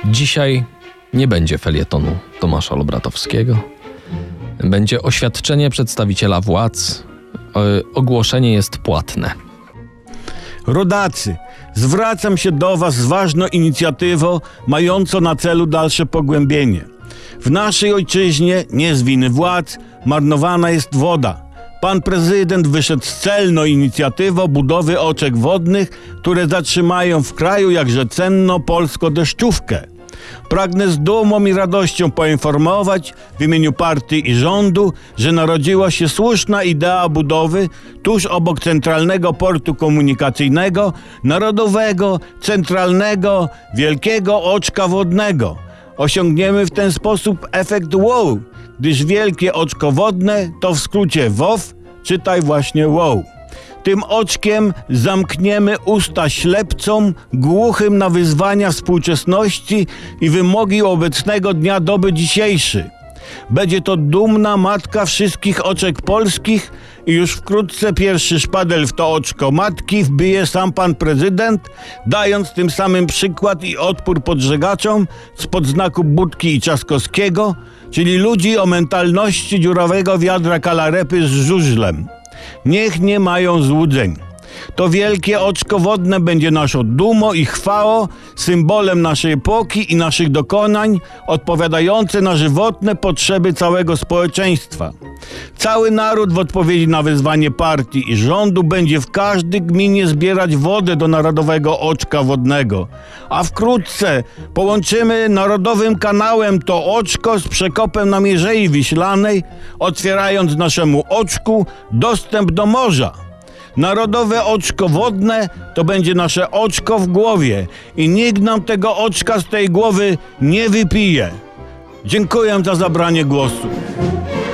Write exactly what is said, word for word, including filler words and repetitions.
Dzisiaj nie będzie felietonu Tomasza Olbratowskiego. Będzie oświadczenie przedstawiciela władz. Ogłoszenie jest płatne. Rodacy, zwracam się do was z ważną inicjatywą mającą na celu dalsze pogłębienie. W naszej ojczyźnie, nie z winy władz, marnowana jest woda. Pan prezydent wyszedł z celną inicjatywą budowy oczek wodnych, które zatrzymają w kraju jakże cenną polską deszczówkę. Pragnę z dumą i radością poinformować w imieniu partii i rządu, że narodziła się słuszna idea budowy tuż obok Centralnego Portu Komunikacyjnego, Narodowego, Centralnego, Wielkiego Oczka Wodnego. Osiągniemy w ten sposób efekt wow, gdyż Wielkie Oczko Wodne to w skrócie W O W, czytaj właśnie wow. Tym oczkiem zamkniemy usta ślepcom, głuchym na wyzwania współczesności i wymogi obecnego dnia doby dzisiejszy. Będzie to dumna matka wszystkich oczek polskich i już wkrótce pierwszy szpadel w to oczko matki wbije sam pan prezydent, dając tym samym przykład i odpór podżegaczom spod znaku Budki i Trzaskowskiego, czyli ludzi o mentalności dziurawego wiadra kalarepy z żużlem. Niech nie mają złudzeń. To Wielkie Oczko Wodne będzie naszą dumą i chwałą, symbolem naszej epoki i naszych dokonań, odpowiadające na żywotne potrzeby całego społeczeństwa. Cały naród w odpowiedzi na wezwanie partii i rządu będzie w każdej gminie zbierać wodę do Narodowego Oczka Wodnego, a wkrótce połączymy narodowym kanałem to oczko z przekopem na Mierzei Wiślanej, otwierając naszemu oczku dostęp do morza. Narodowe Oczko Wodne to będzie nasze oczko w głowie i nikt nam tego oczka z tej głowy nie wypije. Dziękuję za zabranie głosu.